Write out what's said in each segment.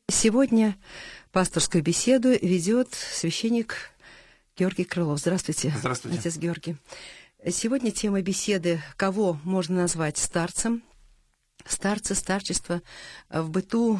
Сегодня пасторскую беседу ведет священник Георгий Крылов. Здравствуйте, Здравствуйте, отец Георгий. Сегодня тема беседы: кого можно назвать старцем? Старцы, старчество. В быту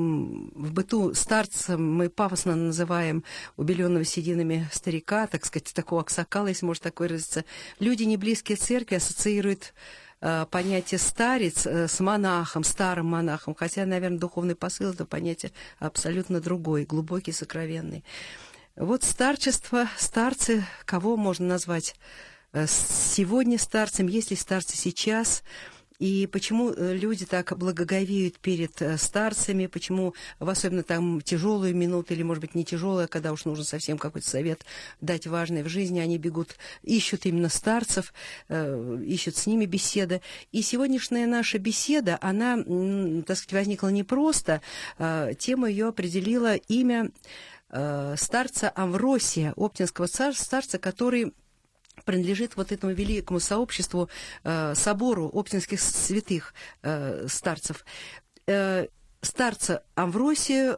старцем мы пафосно называем убеленного сединами старика, так сказать, такого аксакала, если можно так выразиться. Люди, не близкие церкви, ассоциируют понятие старец с монахом, старым монахом, хотя, наверное, духовный посыл — это понятие абсолютно другой, глубокий, сокровенный. Вот старчество, старцы, кого можно назвать сегодня старцем, есть ли старцы сейчас? И почему люди так благоговеют перед старцами, почему в особенно там тяжелую минуту, или, может быть, не тяжелую, а когда уж нужно совсем какой-то совет дать важный в жизни, они бегут, ищут именно старцев, ищут с ними беседы. И сегодняшняя наша беседа, она, так сказать, возникла не просто, тему ее определило имя старца Амвросия, оптинского старца, который принадлежит вот этому великому сообществу, собору оптинских святых старцев. Старца Амвросия,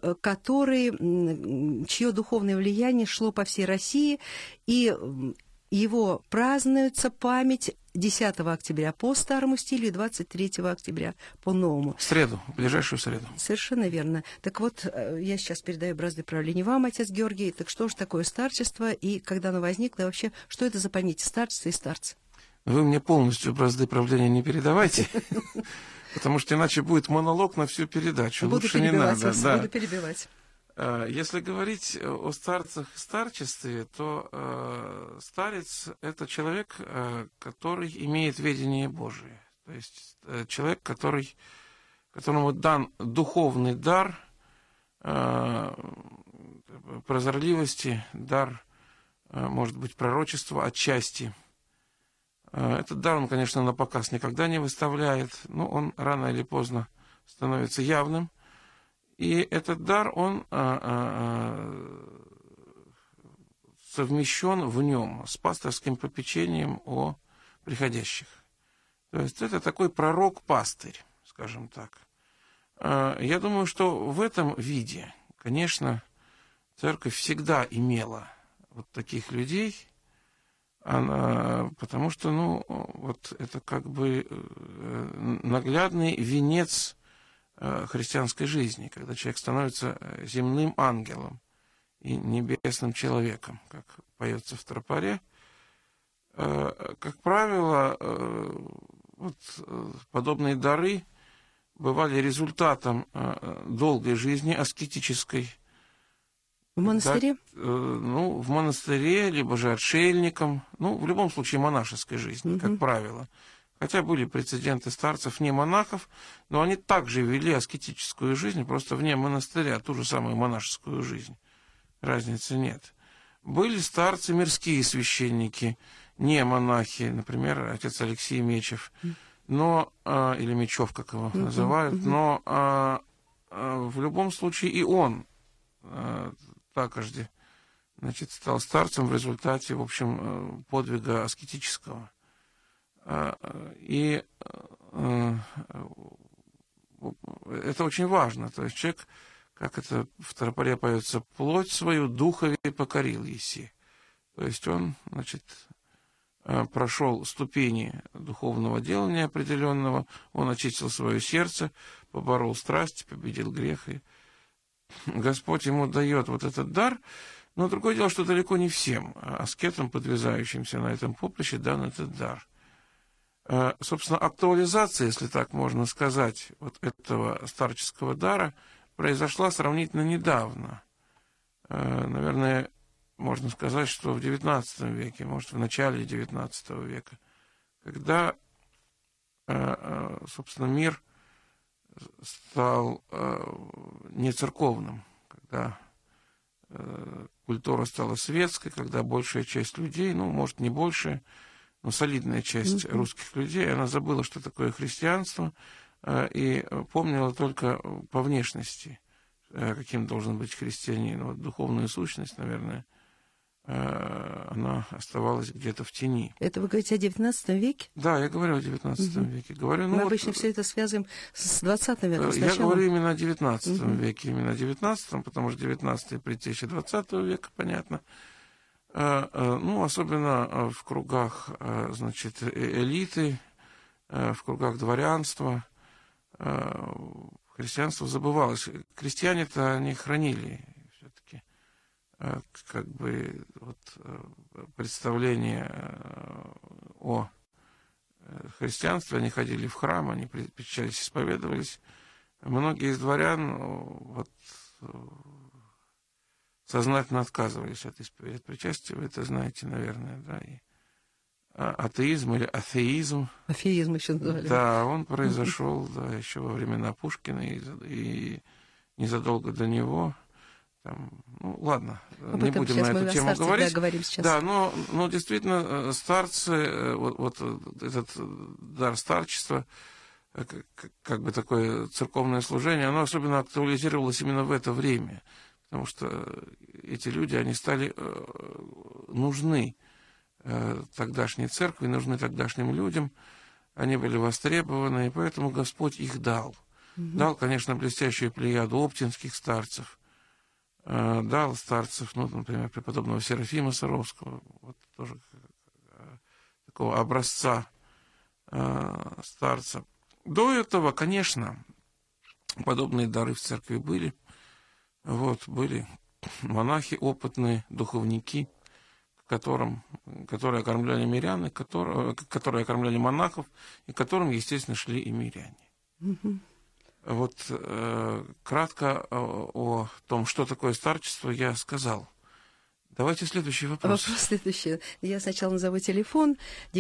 чье духовное влияние шло по всей России, и его празднуется память 10 октября по старому стилю и 23 октября по новому. В среду, в ближайшую среду. Совершенно верно. Так вот, я сейчас передаю бразды правления вам, отец Георгий. Так что же такое старчество, и когда оно возникло, и вообще, что это за понятие старчества и старца? Вы мне полностью бразды правления не передавайте, потому что иначе будет монолог на всю передачу. Лучше не надо. Буду перебивать. Если говорить о старцах и старчестве, то старец – это человек, который имеет ведение Божие. То есть человек, которому дан духовный дар прозорливости, дар, может быть, пророчества отчасти. Этот дар он, конечно, на показ никогда не выставляет, но он рано или поздно становится явным. И этот дар, он совмещен в нем с пасторским попечением о приходящих. То есть это такой пророк-пастырь, скажем так. Я думаю, что в этом виде, конечно, церковь всегда имела вот таких людей, потому что, вот это как бы наглядный венец христианской жизни, когда человек становится земным ангелом и небесным человеком, как поется в тропаре. Как правило, вот подобные дары бывали результатом долгой жизни аскетической. В монастыре? В монастыре, либо же отшельником, в любом случае монашеской жизни, как правило. Хотя были прецеденты старцев не монахов, но они также вели аскетическую жизнь, просто вне монастыря, ту же самую монашескую жизнь. Разницы нет. Были старцы мирские священники, не монахи, например, отец Алексей Мечев, или Мечев, как его называют, но в любом случае и он также, стал старцем в результате, в общем, подвига аскетического. И это очень важно. То есть человек, как это в тропаре поется, плоть свою духове покорил еси. То есть он, прошел ступени духовного делания определенного, он очистил свое сердце, поборол страсть, победил грех. И Господь ему дает вот этот дар. Но другое дело, что далеко не всем аскетам, подвязающимся на этом поприще, дан этот дар. Собственно, актуализация, если так можно сказать, вот этого старческого дара произошла сравнительно недавно. Наверное, можно сказать, что в XIX веке, может, в начале XIX века, когда, собственно, мир стал не церковным, когда культура стала светской, когда большая часть людей, может, не большая, но солидная часть русских людей, она забыла, что такое христианство, и помнила только по внешности, каким должен быть христианин. Вот духовную сущность, наверное, она оставалась где-то в тени. Это вы говорите о XIX веке? Да, я говорю о XIX веке. Говорю, Мы обычно все это связываем с XX веком. Я говорю именно о XIX веке, именно о XIX, потому что XIX предтеча XX века, понятно. Ну, особенно в кругах, значит, элиты, в кругах дворянства, христианство забывалось. Крестьяне-то они хранили все-таки как бы вот представление о христианстве, они ходили в храм, они причащались, исповедовались. Многие из дворян вот сознательно отказывались от исповеди, от причастия, вы это знаете, наверное, да, и атеизм или атеизм. Афеизм еще называли. Да, он произошел, да, еще во времена Пушкина и незадолго до него. Там, ну, ладно, не будем на эту тему говорить. Да, но действительно старцы, вот этот дар старчества, как бы такое церковное служение, оно особенно актуализировалось именно в это время, потому что эти люди, они стали нужны тогдашней церкви, нужны тогдашним людям, они были востребованы, и поэтому Господь их дал. Дал, конечно, блестящую плеяду оптинских старцев, дал старцев, ну, например, преподобного Серафима Саровского, вот тоже такого образца старца. До этого, конечно, подобные дары в церкви были. Вот, были монахи опытные, духовники, которые окормляли мирян, которые окормляли монахов, и к которым, естественно, шли и миряне. Вот кратко о том, что такое старчество, я сказал. Давайте следующий вопрос. Вопрос следующий. Я сначала назову телефон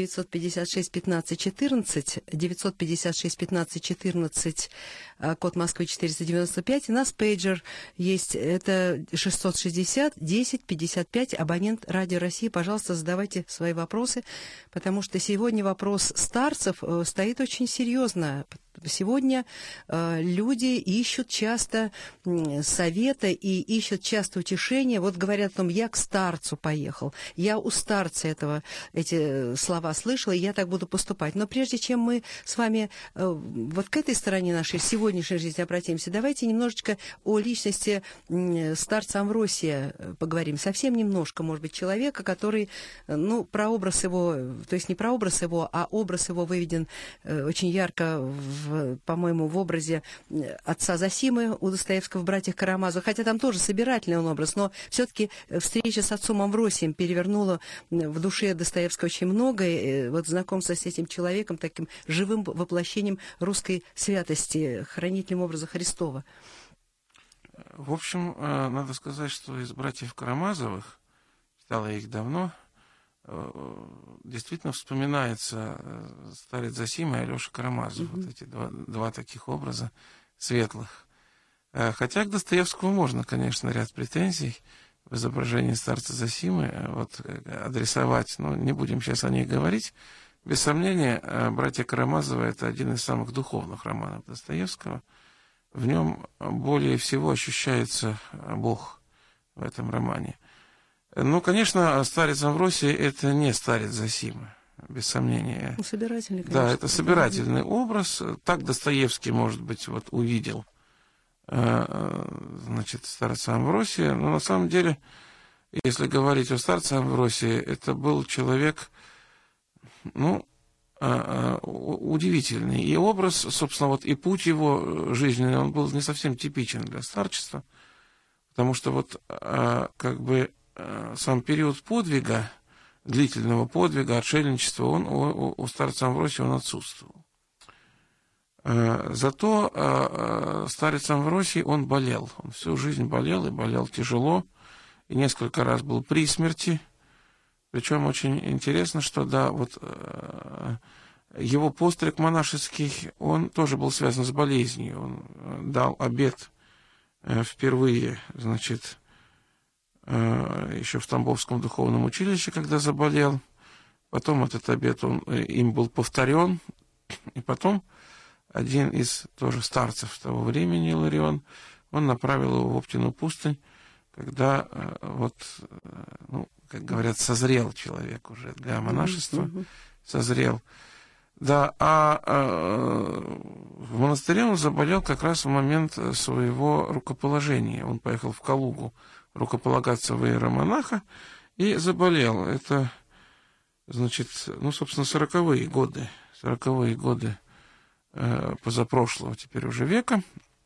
956-15-14, 956-15-14, код Москвы 495. И у нас пейджер есть, это 660-10-55, абонент Радио России. Пожалуйста, задавайте свои вопросы, потому что сегодня вопрос старцев стоит очень серьезно. Сегодня люди ищут часто совета и ищут часто утешения. Вот говорят о том, я к старцу поехал, я у старца эти слова слышала, и я так буду поступать. Но прежде чем мы с вами вот к этой стороне нашей сегодняшней жизни обратимся, давайте немножечко о личности старца Амвросия поговорим. Совсем немножко, может быть, человека, который, ну, прообраз его, то есть не прообраз его, а образ его выведен очень ярко по-моему, в образе отца Зосимы у Достоевского в «Братьях Карамазовых», хотя там тоже собирательный он образ, но все-таки встреча с отцом Амвросием перевернула в душе Достоевского очень многое. Вот знакомство с этим человеком, таким живым воплощением русской святости, хранителем образа Христова. В общем, надо сказать, что из «Братьев Карамазовых», читала я их давно, действительно вспоминается старец Зосима и Алеша Карамазов. Вот эти два таких образа светлых. Хотя к Достоевскому можно, конечно, ряд претензий в изображении старца Зосимы вот, адресовать, но не будем сейчас о них говорить. Без сомнения, «Братья Карамазовы» — это один из самых духовных романов Достоевского. В нем более всего ощущается Бог в этом романе. Ну, конечно, старец Амвросий — это не старец Зосимы, без сомнения. Ну, собирательный, конечно. Да, это собирательный образ. Так Достоевский, может быть, вот увидел, значит, старца Амвросия. Но на самом деле, если говорить о старце Амвросии, это был человек, ну, удивительный. И образ, собственно, вот и путь его жизненный, он был не совсем типичен для старчества, потому что вот как бы сам период подвига, длительного подвига, отшельничества, он у старца Амвросия он отсутствовал. Зато старец Амвросий, он болел. Он всю жизнь болел, и болел тяжело, и несколько раз был при смерти. Причем очень интересно, что, да, вот его постриг монашеский, он тоже был связан с болезнью. Он дал обет впервые, значит, еще в Тамбовском духовном училище, когда заболел. Потом этот обет им был повторен. И потом один из тоже старцев того времени, Иларион, он направил его в Оптину пустынь, когда вот, ну, как говорят, созрел человек уже для монашества, созрел. Да, в монастыре он заболел как раз в момент своего рукоположения. Он поехал в Калугу рукополагаться в иеромонаха и заболел. Это, значит, ну, собственно, 40-е годы позапрошлого теперь уже века.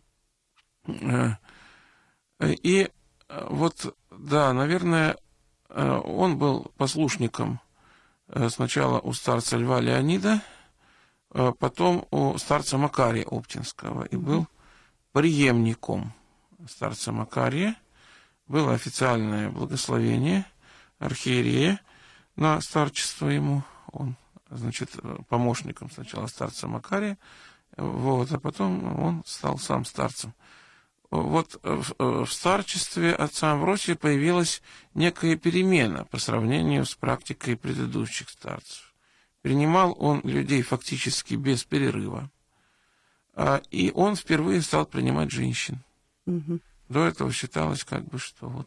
И вот, да, наверное, он был послушником сначала у старца Льва Леонида, потом у старца Макария Оптинского, и был преемником старца Макария. Было официальное благословение архиерея на старчество ему. Он, значит, помощником сначала старца Макария, вот, а потом он стал сам старцем. Вот в старчестве отца Амвросия появилась некая перемена по сравнению с практикой предыдущих старцев. Принимал он людей фактически без перерыва, и он впервые стал принимать женщин. До этого считалось, как бы, что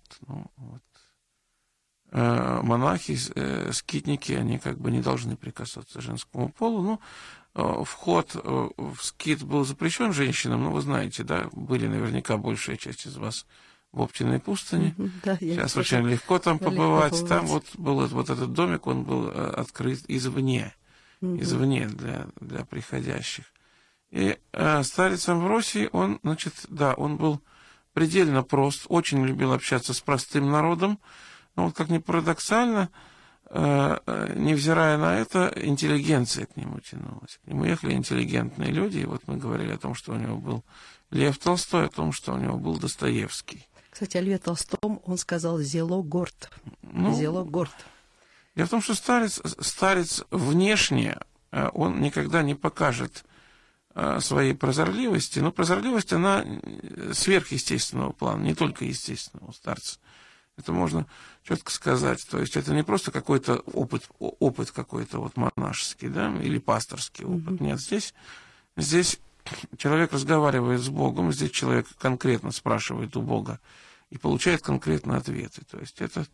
монахи, скитники, они как бы не должны прикасаться к женскому полу. Ну, вход в скит был запрещен женщинам, но вы знаете, да, были наверняка большая часть из вас в Оптиной пустыне. Да, сейчас очень легко там побывать. Там вот был вот этот домик, он был открыт извне для приходящих. И старец Амвросий, он, значит, да, он был предельно прост, очень любил общаться с простым народом. Но вот как ни парадоксально, невзирая на это, интеллигенция к нему тянулась. К нему ехали интеллигентные люди, и вот мы говорили о том, что у него был Лев Толстой, о том, что у него был Достоевский. Кстати, о Льве Толстом он сказал «зело горд». Зело горд. Дело в том, что старец внешне, он никогда не покажет своей прозорливости, но прозорливость, она сверхъестественного плана, не только естественного у старца. Это можно четко сказать. То есть это не просто какой-то опыт какой-то вот монашеский, да, или пасторский опыт. Нет, здесь человек разговаривает с Богом, здесь человек конкретно спрашивает у Бога и получает конкретные ответы. То есть это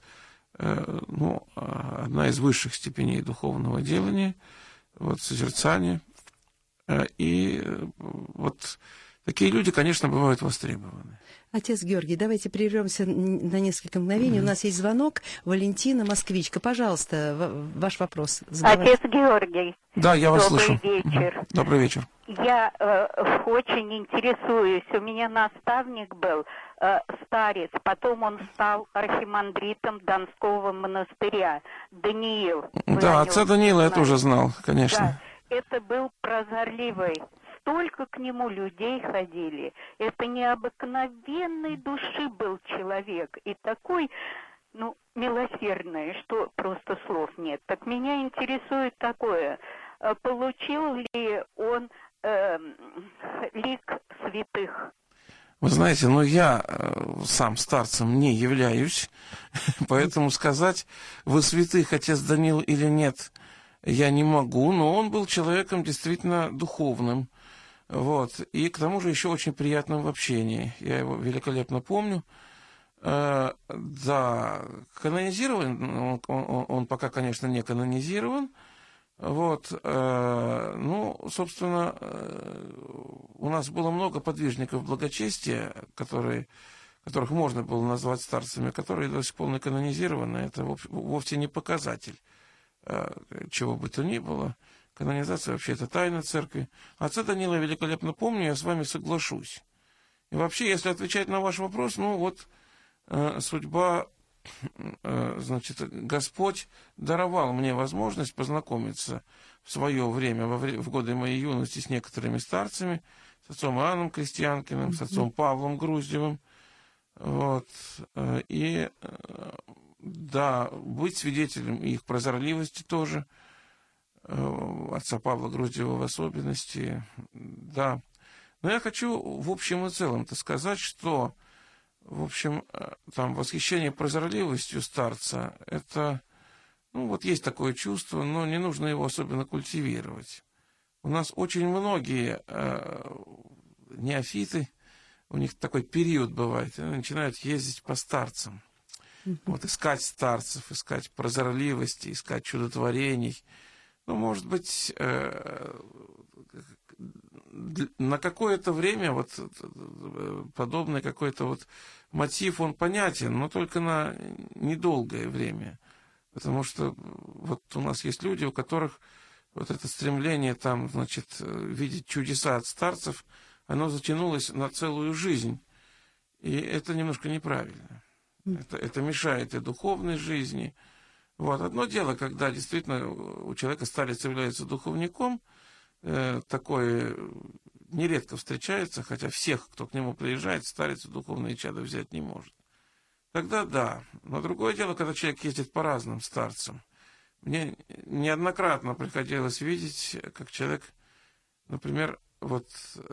одна из высших степеней духовного делания, вот, созерцания. И вот такие люди, конечно, бывают востребованы. Отец Георгий, давайте прервемся на несколько мгновений. У нас есть звонок. Валентина, москвичка. Пожалуйста, ваш вопрос. Отец Георгий. Да, я вас слышу. Добрый вечер. Добрый вечер. Я очень интересуюсь. У меня наставник был старец, потом он стал архимандритом Донского монастыря. Даниил. Да, отца Даниила я тоже знал, конечно. Да, это был прозорливый. Столько к нему людей ходили. Это необыкновенной души был человек. И такой, милосердный, что просто слов нет. Так меня интересует такое. Получил ли он лик святых? Вы знаете, я сам старцем не являюсь, поэтому сказать, вы святых, отец Даниил, или нет, я не могу, но он был человеком действительно духовным. Вот. И к тому же еще очень приятным в общении. Я его великолепно помню. Да, канонизирован, он пока, конечно, не канонизирован. Вот. Собственно, у нас было много подвижников благочестия, которых можно было назвать старцами, которые до сих пор не канонизированы. Это вовсе не показатель чего бы то ни было. Канонизация вообще это тайна церкви. Отца Даниила великолепно помню, я с вами соглашусь. И вообще, если отвечать на ваш вопрос, судьба, Господь даровал мне возможность познакомиться в свое время, в годы моей юности, с некоторыми старцами, с отцом Иоанном Крестьянкиным, с отцом Павлом Груздевым. Вот. И да, быть свидетелем их прозорливости тоже, отца Павла Груздева в особенности, да. Но я хочу в общем и целом-то сказать, что, в общем, там восхищение прозорливостью старца, это, есть такое чувство, но не нужно его особенно культивировать. У нас очень многие неофиты, у них такой период бывает, они начинают ездить по старцам. Вот искать старцев, искать прозорливости, искать чудотворений. Ну, может быть, на какое-то время вот подобный какой-то вот мотив, он понятен, но только на недолгое время. Потому что вот у нас есть люди, у которых вот это стремление там, значит, видеть чудеса от старцев, оно затянулось на целую жизнь. И это немножко неправильно. Это мешает и духовной жизни. Вот. Одно дело, когда действительно у человека старец является духовником, такое нередко встречается, хотя всех, кто к нему приезжает, старец в духовные чада взять не может. Тогда да. Но другое дело, когда человек ездит по разным старцам. Мне неоднократно приходилось видеть, как человек, например, вот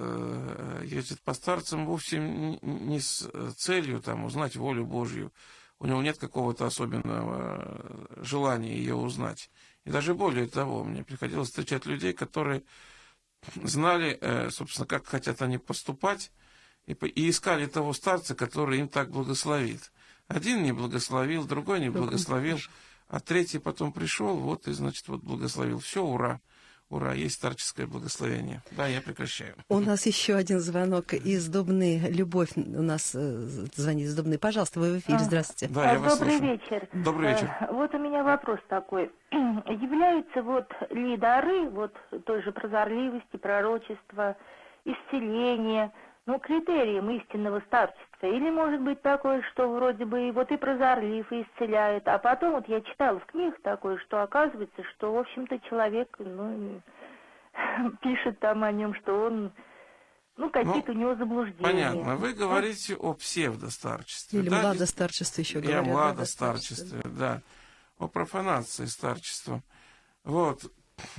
ездит по старцам вовсе не с целью там, узнать волю Божью. У него нет какого-то особенного желания ее узнать. И даже более того, мне приходилось встречать людей, которые знали, собственно, как хотят они поступать, и искали того старца, который им так благословит. Один не благословил, другой не благословил, а третий потом пришел, вот и, значит, вот благословил. Все, ура. Ура, есть старческое благословение. Да, я прекращаю. У нас еще один звонок из Дубны. Любовь у нас звонит из Дубны. Пожалуйста, вы в эфире. Здравствуйте. Да, я вас Добрый слушаю. вечер. Добрый вечер. Вот у меня вопрос такой. Являются вот ли дары вот той же прозорливости, пророчества, исцеления, ну, критерием истинного старчества? Или может быть такое, что вроде бы вот и прозорлив, и исцеляет, а потом вот я читала в книгах такое, что оказывается, что, в общем-то, человек, ну, пишет там о нем, что он, ну, какие-то у него заблуждения. Понятно. Вы говорите о псевдостарчестве. Или да? младостарчестве еще говорят. И о младостарчестве, да. О профанации старчества. Вот.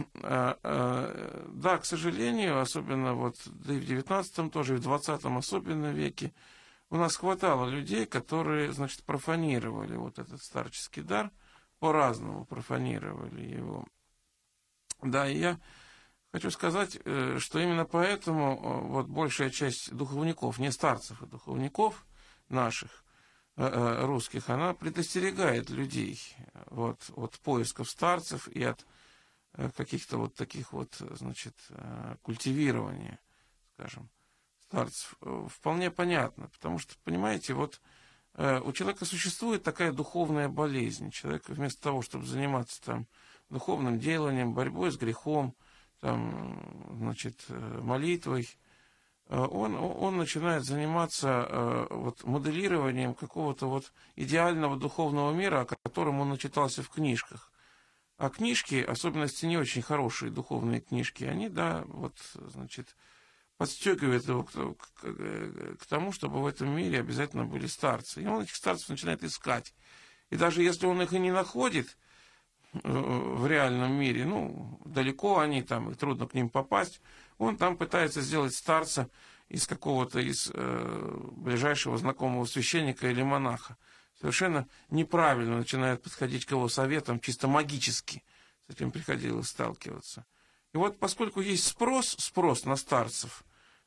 Да, к сожалению, особенно вот да и в 19-м тоже, и в 20-м особенно веке, у нас хватало людей, которые, значит, профанировали вот этот старческий дар, по-разному профанировали его. Да, и я хочу сказать, что именно поэтому вот большая часть духовников, не старцев, а духовников наших, русских, она предостерегает людей вот, от поисков старцев и от каких-то вот таких вот, значит, культивирования, скажем, старцев. Вполне понятно, потому что, понимаете, вот у человека существует такая духовная болезнь. Человек вместо того, чтобы заниматься там духовным деланием, борьбой с грехом, там, значит, молитвой, он начинает заниматься вот моделированием какого-то вот идеального духовного мира, о котором он начитался в книжках. А книжки, особенности не очень хорошие духовные книжки, они, да, вот, значит, подстегивают его к тому, чтобы в этом мире обязательно были старцы. И он этих старцев начинает искать. И даже если он их и не находит в реальном мире, ну, далеко они там, и трудно к ним попасть, он там пытается сделать старца из какого-то из ближайшего знакомого священника или монаха. Совершенно неправильно начинает подходить к его советам, чисто магически. С этим приходилось сталкиваться. И вот поскольку есть спрос на старцев,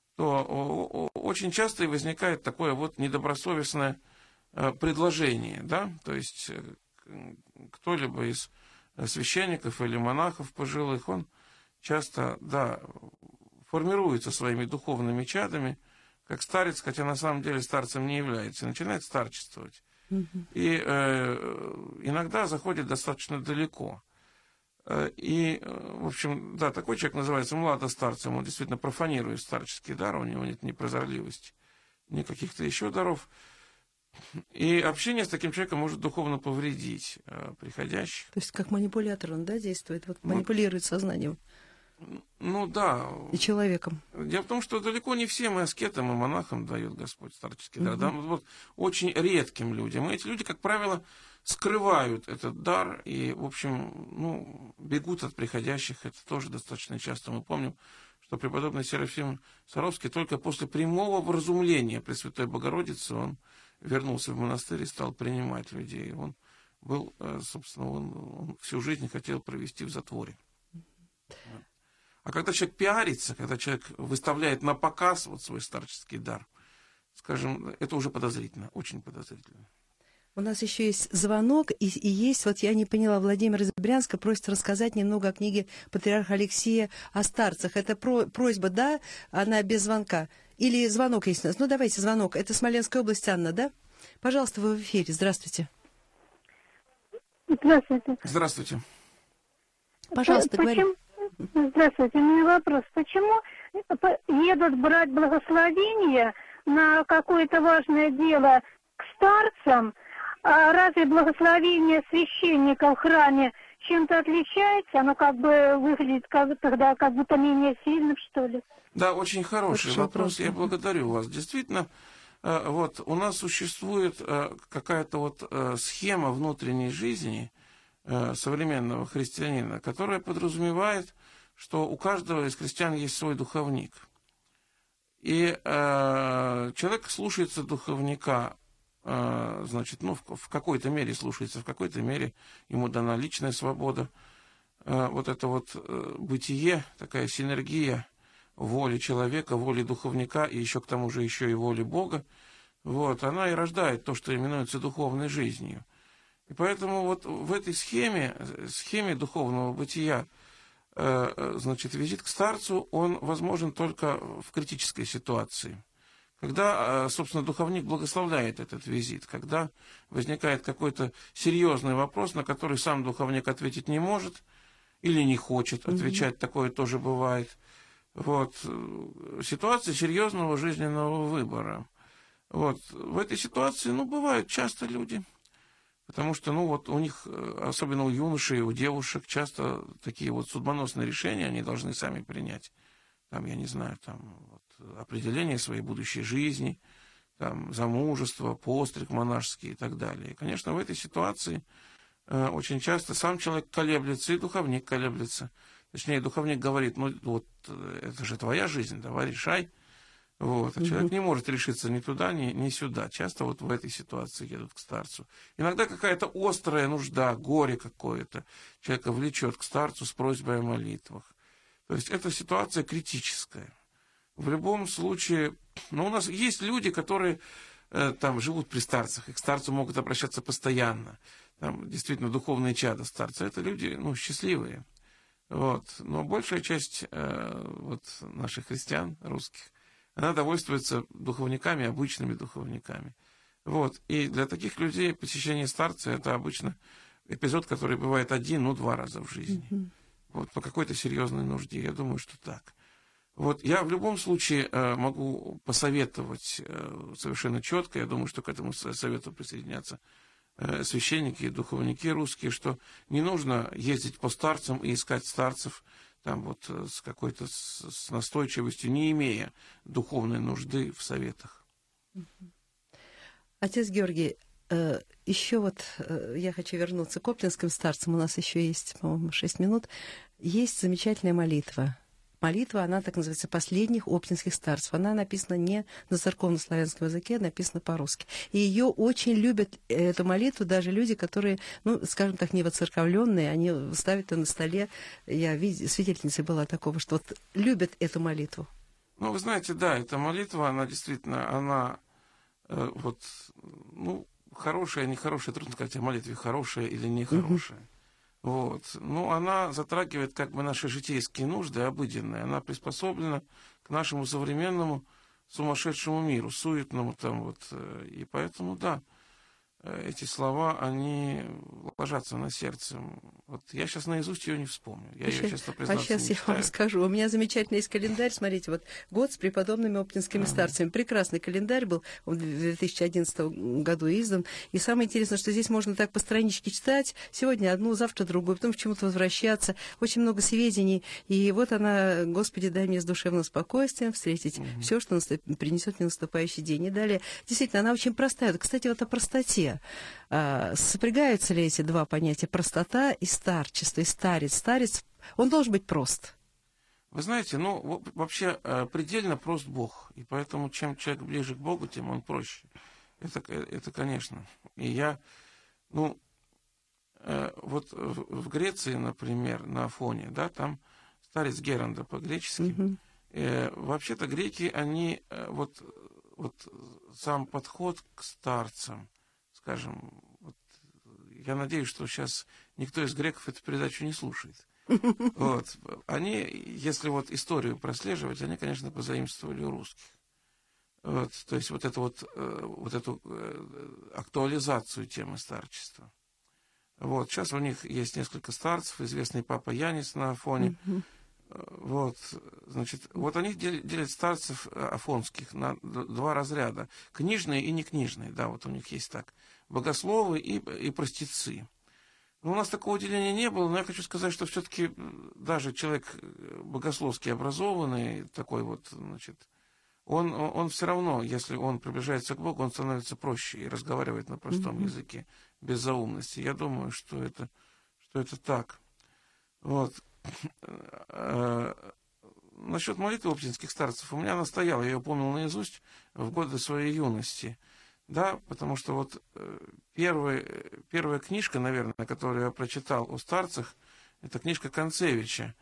то очень часто и возникает такое вот недобросовестное предложение, да, то есть кто-либо из священников или монахов пожилых, он часто, да, формируется своими духовными чадами, как старец, хотя на самом деле старцем не является, и начинает старчествовать. И иногда заходит достаточно далеко. И, в общем, да, такой человек называется младостарцем, он действительно профанирует старческий дар, у него нет ни прозорливости, ни каких-то еще даров. И общение с таким человеком может духовно повредить приходящих. То есть как манипулятор он, да, действует, вот манипулирует сознанием. Ну да. И человеком. Дело в том, что далеко не всем и аскетам, и монахам дает Господь старческий дар. Да, вот очень редким людям. И эти люди, как правило, скрывают этот дар и, в общем, ну, бегут от приходящих. Это тоже достаточно часто. Мы помним, что преподобный Серафим Саровский только после прямого вразумления Пресвятой Богородицы он вернулся в монастырь и стал принимать людей. Он был, собственно, он всю жизнь хотел провести в затворе. А когда человек пиарится, когда человек выставляет на показ вот свой старческий дар, скажем, это уже подозрительно, очень подозрительно. У нас еще есть звонок, и есть, вот я не поняла, Владимир из Брянска просит рассказать немного о книге патриарха Алексия о старцах. Это просьба, да? Она без звонка. Или звонок есть у нас? Ну, давайте звонок. Это Смоленская область, Анна, да? Пожалуйста, вы в эфире. Здравствуйте. Здравствуйте. Здравствуйте. Пожалуйста, говорите. Здравствуйте. У меня вопрос. Почему едут брать благословение на какое-то важное дело к старцам, а разве благословение священника в храме чем-то отличается? Оно как бы выглядит тогда как будто менее сильным, что ли? Да, очень хороший вопрос. Я благодарю вас. Действительно, вот у нас существует какая-то вот схема внутренней жизни современного христианина, которая подразумевает, что у каждого из христиан есть свой духовник. И человек слушается духовника, значит, ну, в какой-то мере слушается, в какой-то мере ему дана личная свобода. Вот это вот бытие, такая синергия воли человека, воли духовника и еще к тому же еще и воли Бога, вот, она и рождает то, что именуется духовной жизнью. И поэтому вот в этой схеме духовного бытия, значит, визит к старцу, он возможен только в критической ситуации. Когда, собственно, духовник благословляет этот визит, когда возникает какой-то серьезный вопрос, на который сам духовник ответить не может или не хочет отвечать, такое тоже бывает. Вот. Ситуация серьезного жизненного выбора. Вот. В этой ситуации, ну, бывают часто люди, потому что, ну, вот у них, особенно у юношей, у девушек, часто такие вот судьбоносные решения они должны сами принять. Там, я не знаю, там, вот, определение своей будущей жизни, там, замужество, постриг монашеский и так далее. И, конечно, в этой ситуации очень часто сам человек колеблется, и духовник колеблется. Точнее, духовник говорит, ну, вот, это же твоя жизнь, давай решай. Вот. А человек не может решиться ни туда, ни сюда. Часто вот в этой ситуации едут к старцу. Иногда какая-то острая нужда, горе какое-то человека влечет к старцу с просьбой о молитвах. То есть это ситуация критическая. В любом случае, ну, у нас есть люди, которые там живут при старцах, и к старцу могут обращаться постоянно. Там действительно духовные чада старца. Это люди, ну, счастливые. Вот. Но большая часть вот, наших христиан русских, она довольствуется духовниками, обычными духовниками. Вот. И для таких людей посещение старца – это обычно эпизод, который бывает 1, ну, 2 раза в жизни. Вот, по какой-то серьезной нужде. Я думаю, что так. Вот, я в любом случае могу посоветовать совершенно четко, я думаю, что к этому совету присоединятся священники и духовники русские, что не нужно ездить по старцам и искать старцев там вот с какой-то с настойчивостью, не имея духовной нужды в советах. Отец Георгий, еще вот я хочу вернуться к оптинским старцам. У нас еще есть, по-моему, 6 минут. Есть замечательная молитва. Молитва, она так называется, последних оптинских старцев. Она написана не на церковно-славянском языке, написана по-русски. И ее очень любят, эту молитву, даже люди, которые, ну, скажем так, не воцерковленные, они ставят ее на столе. Я свидетельницей была такого, что вот любят эту молитву. Ну, вы знаете, да, эта молитва, она действительно, она вот, ну, хорошая, нехорошая, трудно сказать о молитве, хорошая или нехорошая. Вот. Ну, она затрагивает как бы наши житейские нужды, обыденные. Она приспособлена к нашему современному сумасшедшему миру, суетному там вот. И поэтому, да, эти слова, они ложатся на сердце. Вот я сейчас наизусть ее не вспомню. Я ее, честно признаться, сейчас я вам скажу. У меня замечательный есть календарь. Смотрите, вот год с преподобными оптинскими старцами. Прекрасный календарь был. Он в 2011 году издан. И самое интересное, что здесь можно так по страничке читать. Сегодня одну, завтра другую, потом к чему-то возвращаться. Очень много сведений. И вот она, Господи, дай мне с душевным спокойствием встретить все, что принесет мне наступающий день. И далее, действительно, она очень простая. Кстати, вот о простоте. Сопрягаются ли эти два понятия, простота и старчество, и старец? Старец, он должен быть прост. Вы знаете, ну, вообще предельно прост Бог. И поэтому, чем человек ближе к Богу, тем он проще. Это конечно. И я, ну, вот в Греции, например, на Афоне, да, там старец Геранда по-гречески. Вообще-то греки, они, вот сам подход к старцам, скажем, вот, я надеюсь, что сейчас никто из греков эту передачу не слушает. Вот. Они, если вот историю прослеживать, они, конечно, позаимствовали у русских. Вот. То есть вот эту актуализацию темы старчества. Вот. Сейчас у них есть несколько старцев, известный папа Янис на Афоне. Вот, значит, вот они делят старцев афонских на два разряда. Книжные и некнижные, да, вот у них есть так. Богословы и простецы. Но у нас такого деления не было, но я хочу сказать, что все-таки даже человек богословски образованный, такой вот, значит, он все равно, если он приближается к Богу, он становится проще и разговаривает на простом языке, без заумности. Я думаю, что это так. Вот. Насчет молитвы оптинских старцев, у меня она стояла, я ее помнил наизусть в годы своей юности. Да, потому что вот первая книжка, наверное, которую я прочитал о старцах, это книжка Концевича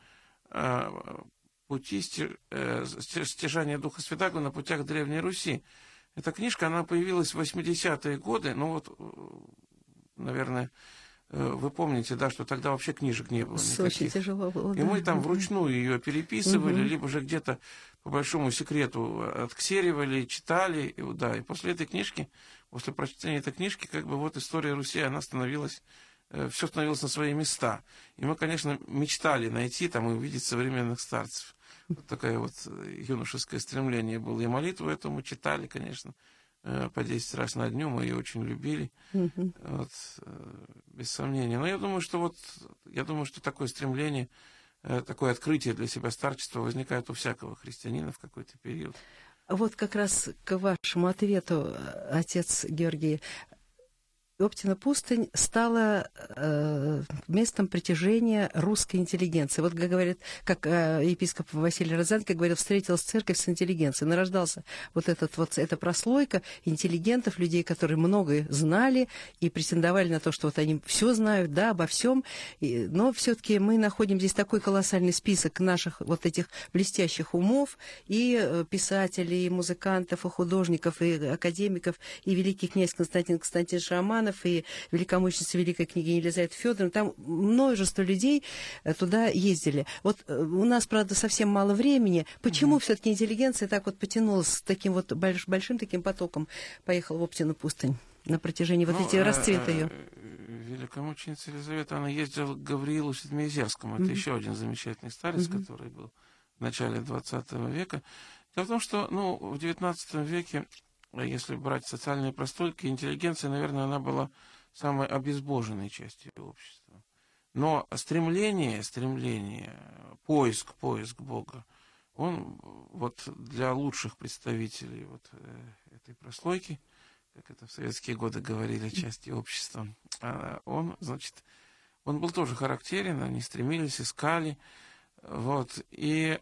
«Пути стяжания Духа Святаго на путях Древней Руси». Эта книжка, она появилась в 80-е годы, ну вот, наверное, вы помните, да, что тогда вообще книжек не было никаких. Очень тяжело было. И мы там вручную ее переписывали, либо же где-то по большому секрету отксеривали, читали. И, да, и после этой книжки, после прочтения этой книжки, как бы вот история Руси, она становилась, все становилось на свои места. И мы, конечно, мечтали найти там и увидеть современных старцев. Вот такое вот юношеское стремление было. И молитву эту мы читали, конечно, по 10 раз на дню, мы ее очень любили, вот, без сомнения. Но я думаю, что такое стремление, такое открытие для себя старчества возникает у всякого христианина в какой-то период. Вот как раз к вашему ответу, отец Георгий, Оптина пустынь стала местом притяжения русской интеллигенции. Вот говорят, как епископ Василий Розанко говорил, встретилась церковь с интеллигенцией. Нарождался эта прослойка интеллигентов, людей, которые многое знали и претендовали на то, что вот они все знают, да, обо всем. Но все-таки мы находим здесь такой колоссальный список наших вот этих блестящих умов, и писателей, и музыкантов, и художников, и академиков, и великий князь Константин Константинович Романов, и великомученица великой княгиня Елизавета Федоровна. Там множество людей туда ездили. Вот у нас, правда, совсем мало времени. Почему все-таки интеллигенция так вот потянулась с таким вот большим таким потоком, поехала в Оптину пустынь на протяжении вот эти расцвета ее? Великомученица Елизавета, она ездила к Гавриилу Седмиезерскому. Это еще один замечательный старец, который был в начале 20 века. Дело в том, что в 19 веке, если брать социальные прослойки, интеллигенция, наверное, она была самой обезбоженной частью общества. Но стремление, поиск Бога, он вот для лучших представителей вот этой прослойки, как это в советские годы говорили, части общества, он был тоже характерен, они стремились, искали, вот, и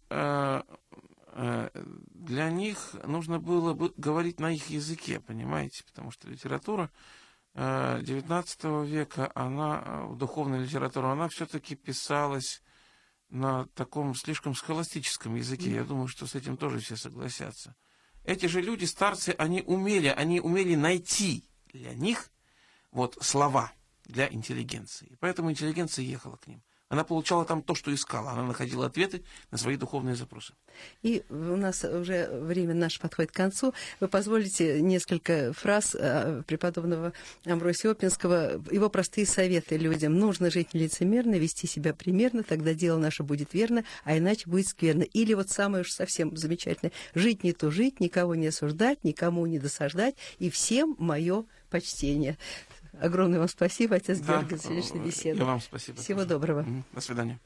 для них нужно было говорить на их языке, понимаете, потому что литература XIX века, духовная литература, она все-таки писалась на таком слишком схоластическом языке. Я думаю, что с этим тоже все согласятся. Эти же люди, старцы, они умели найти для них вот слова для интеллигенции. Поэтому интеллигенция ехала к ним. Она получала там то, что искала. Она находила ответы на свои духовные запросы. И у нас уже время наше подходит к концу. Вы позволите несколько фраз преподобного Амвросия Опинского, его простые советы людям. Нужно жить нелицемерно, вести себя примерно, тогда дело наше будет верно, а иначе будет скверно. Или вот самое уж совсем замечательное. Жить не тужить, никого не осуждать, никому не досаждать, и всем мое почтение. Огромное вам спасибо, отец Георгий, за сегодняшнюю беседу. И вам спасибо. Всего доброго. До свидания.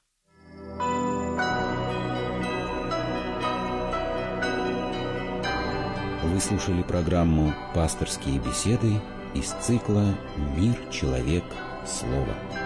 Вы слушали программу «Пасторские беседы» из цикла «Мир, человек, слово».